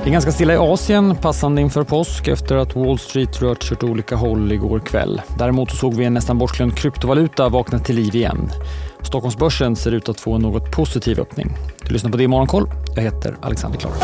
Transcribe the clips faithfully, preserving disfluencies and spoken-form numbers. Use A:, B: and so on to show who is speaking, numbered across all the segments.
A: Det är ganska stilla i Asien, passande inför påsk efter att Wall Street rört sig åt olika håll igår kväll. Däremot så såg vi en nästan bortglömd kryptovaluta vakna till liv igen. Stockholmsbörsen ser ut att få en något positiv öppning. Du lyssnar på det i Morgonkoll. Jag heter Alexander Klar.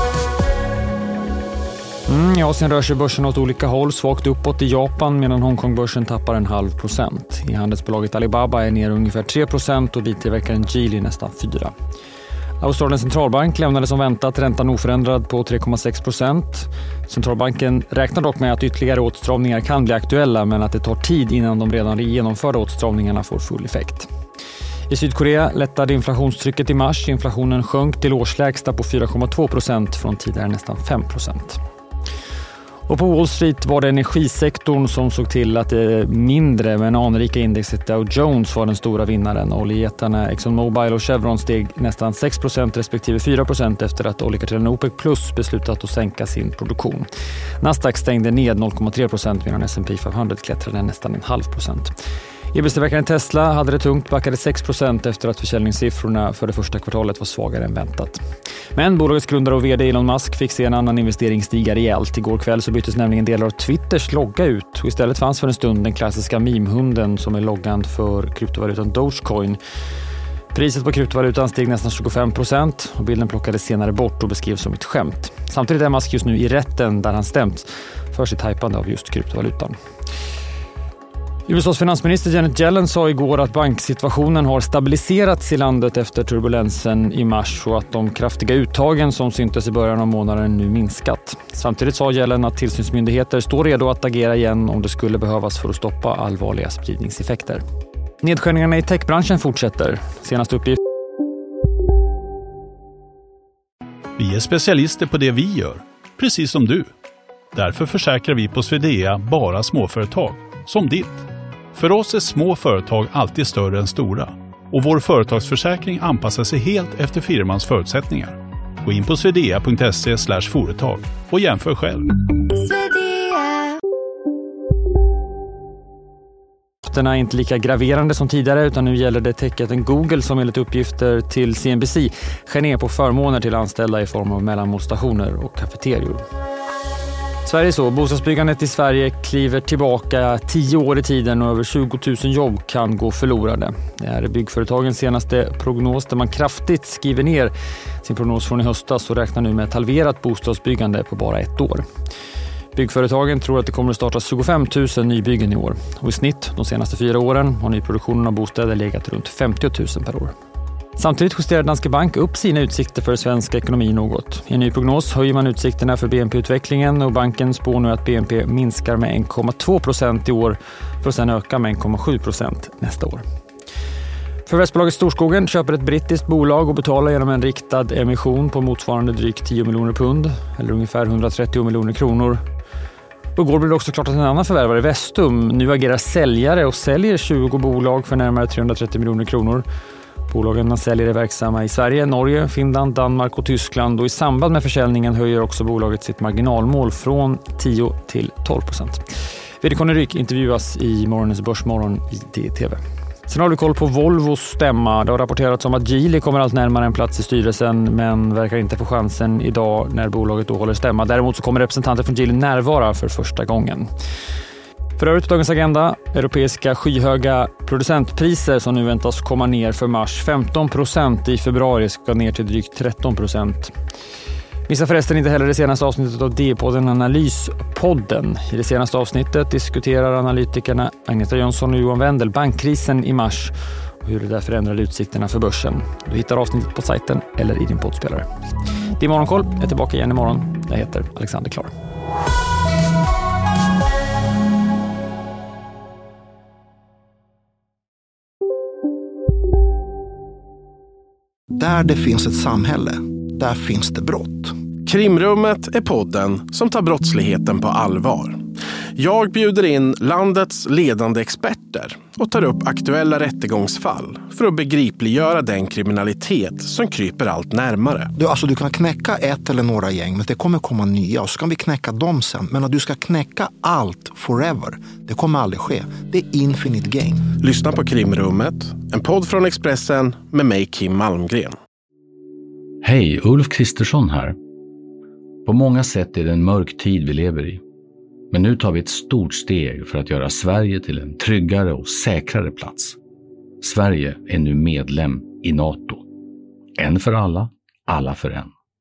A: Mm, I Asien rör sig börsen åt olika håll, svagt uppåt i Japan medan Hongkongbörsen tappar en halv procent. I handelsbolaget Alibaba är ner ungefär tre procent och biltillverkaren Geely nästan fyra procent. Australiens centralbank lämnade som väntat räntan oförändrad på tre komma sex procent. Centralbanken räknar dock med att ytterligare åtstramningar kan bli aktuella men att det tar tid innan de redan genomförda åtstramningarna får full effekt. I Sydkorea lättade inflationstrycket i mars. Inflationen sjönk till årslägsta på fyra komma två procent från tidigare nästan fem procent. Och på Wall Street var det energisektorn som såg till att det mindre men anrika indexet Dow Jones var den stora vinnaren. Oljejättarna ExxonMobil och Chevron steg nästan sex procent respektive fyra procent efter att oljekartellen OPEC Plus beslutat att sänka sin produktion. Nasdaq stängde ned noll komma tre procent medan S and P femhundra klättrade nästan en halv procent. E-bilstillverkaren Tesla hade det tungt, backade sex procent efter att försäljningssiffrorna för det första kvartalet var svagare än väntat. Men bolagets grundare och vd Elon Musk fick se en annan investering stiga rejält. Igår kväll så byttes nämligen delar av Twitters logga ut och istället fanns för en stund den klassiska meme-hunden som är loggan för kryptovalutan Dogecoin. Priset på kryptovalutan steg nästan tjugofem procent och bilden plockades senare bort och beskrevs som ett skämt. Samtidigt är Musk just nu i rätten där han stämt för sitt hypande av just kryptovalutan. U S A:s finansminister Janet Yellen sa igår att banksituationen har stabiliserats i landet efter turbulensen i mars och att de kraftiga uttagen som syntes i början av månaden nu minskat. Samtidigt sa Yellen att tillsynsmyndigheter står redo att agera igen om det skulle behövas för att stoppa allvarliga spridningseffekter. Nedskärningarna i techbranschen fortsätter. Senaste uppgift.
B: Vi är specialister på det vi gör, precis som du. Därför försäkrar vi på Swedea bara småföretag, som ditt. För oss är små företag alltid större än stora och vår företagsförsäkring anpassar sig helt efter firmans förutsättningar. Gå in på swedea punkt se slash företag och jämför själv.
A: Den är inte lika graverande som tidigare utan nu gäller det techjätten Google som enligt uppgifter till C N B C skär ner på förmåner till anställda i form av mellanmålstationer och kafeterior. Sverige så. Bostadsbyggandet i Sverige kliver tillbaka tio år i tiden och över tjugo tusen jobb kan gå förlorade. Det är byggföretagens senaste prognos där man kraftigt skriver ner sin prognos från i höstas och räknar nu med ett halverat bostadsbyggande på bara ett år. Byggföretagen tror att det kommer att starta tjugofem tusen nybyggen i år. Och i snitt de senaste fyra åren har nyproduktionen av bostäder legat runt femtio tusen per år. Samtidigt justerar Danske Bank upp sina utsikter för svensk ekonomi något. I en ny prognos höjer man utsikterna för B N P-utvecklingen och banken spår nu att B N P minskar med en komma två procent i år för att sedan öka med en komma sju procent nästa år. Förvärvsbolaget Storskogen köper ett brittiskt bolag och betalar genom en riktad emission på motsvarande drygt tio miljoner pund eller ungefär hundratrettio miljoner kronor. Och igår blev det också klart att en annan förvärvare, Vestum, nu agerar säljare och säljer tjugo bolag för närmare trehundratrettio miljoner kronor. Bolagen man säljer är verksamma i Sverige, Norge, Finland, Danmark och Tyskland och i samband med försäljningen höjer också bolaget sitt marginalmål från tio till tolv procent. V D Conny Ryk intervjuas i morgonens Börsmorgon i D T V. Sen har vi koll på Volvos stämma. Det har rapporterats om att Geely kommer allt närmare en plats i styrelsen men verkar inte få chansen idag när bolaget då håller stämma. Däremot så kommer representanter från Geely närvara för första gången. För övrigt på dagens agenda, europeiska skyhöga producentpriser som nu väntas komma ner för mars. femton procent i februari ska ner till drygt tretton procent. Missa förresten inte heller det senaste avsnittet av D-podden Analyspodden. I det senaste avsnittet diskuterar analytikerna Agneta Jönsson och Johan Wendel bankkrisen i mars och hur det där förändrar utsikterna för börsen. Du hittar avsnittet på sajten eller i din poddspelare. Det är Morgonkoll, jag är tillbaka igen imorgon. Jag heter Alexander Klar.
C: Där det finns ett samhälle, där finns det brott.
D: Krimrummet är podden som tar brottsligheten på allvar. Jag bjuder in landets ledande experter och tar upp aktuella rättegångsfall för att begripliggöra den kriminalitet som kryper allt närmare.
C: Du, alltså, du kan knäcka ett eller några gäng, men det kommer komma nya och så kan vi knäcka dem sen. Men att du ska knäcka allt forever, det kommer aldrig ske. Det är infinite game.
D: Lyssna på Krimrummet, en podd från Expressen med mig Kim Malmgren.
E: Hej, Ulf Kristersson här. På många sätt är det en mörk tid vi lever i. Men nu tar vi ett stort steg för att göra Sverige till en tryggare och säkrare plats. Sverige är nu medlem i NATO. En för alla, alla för en.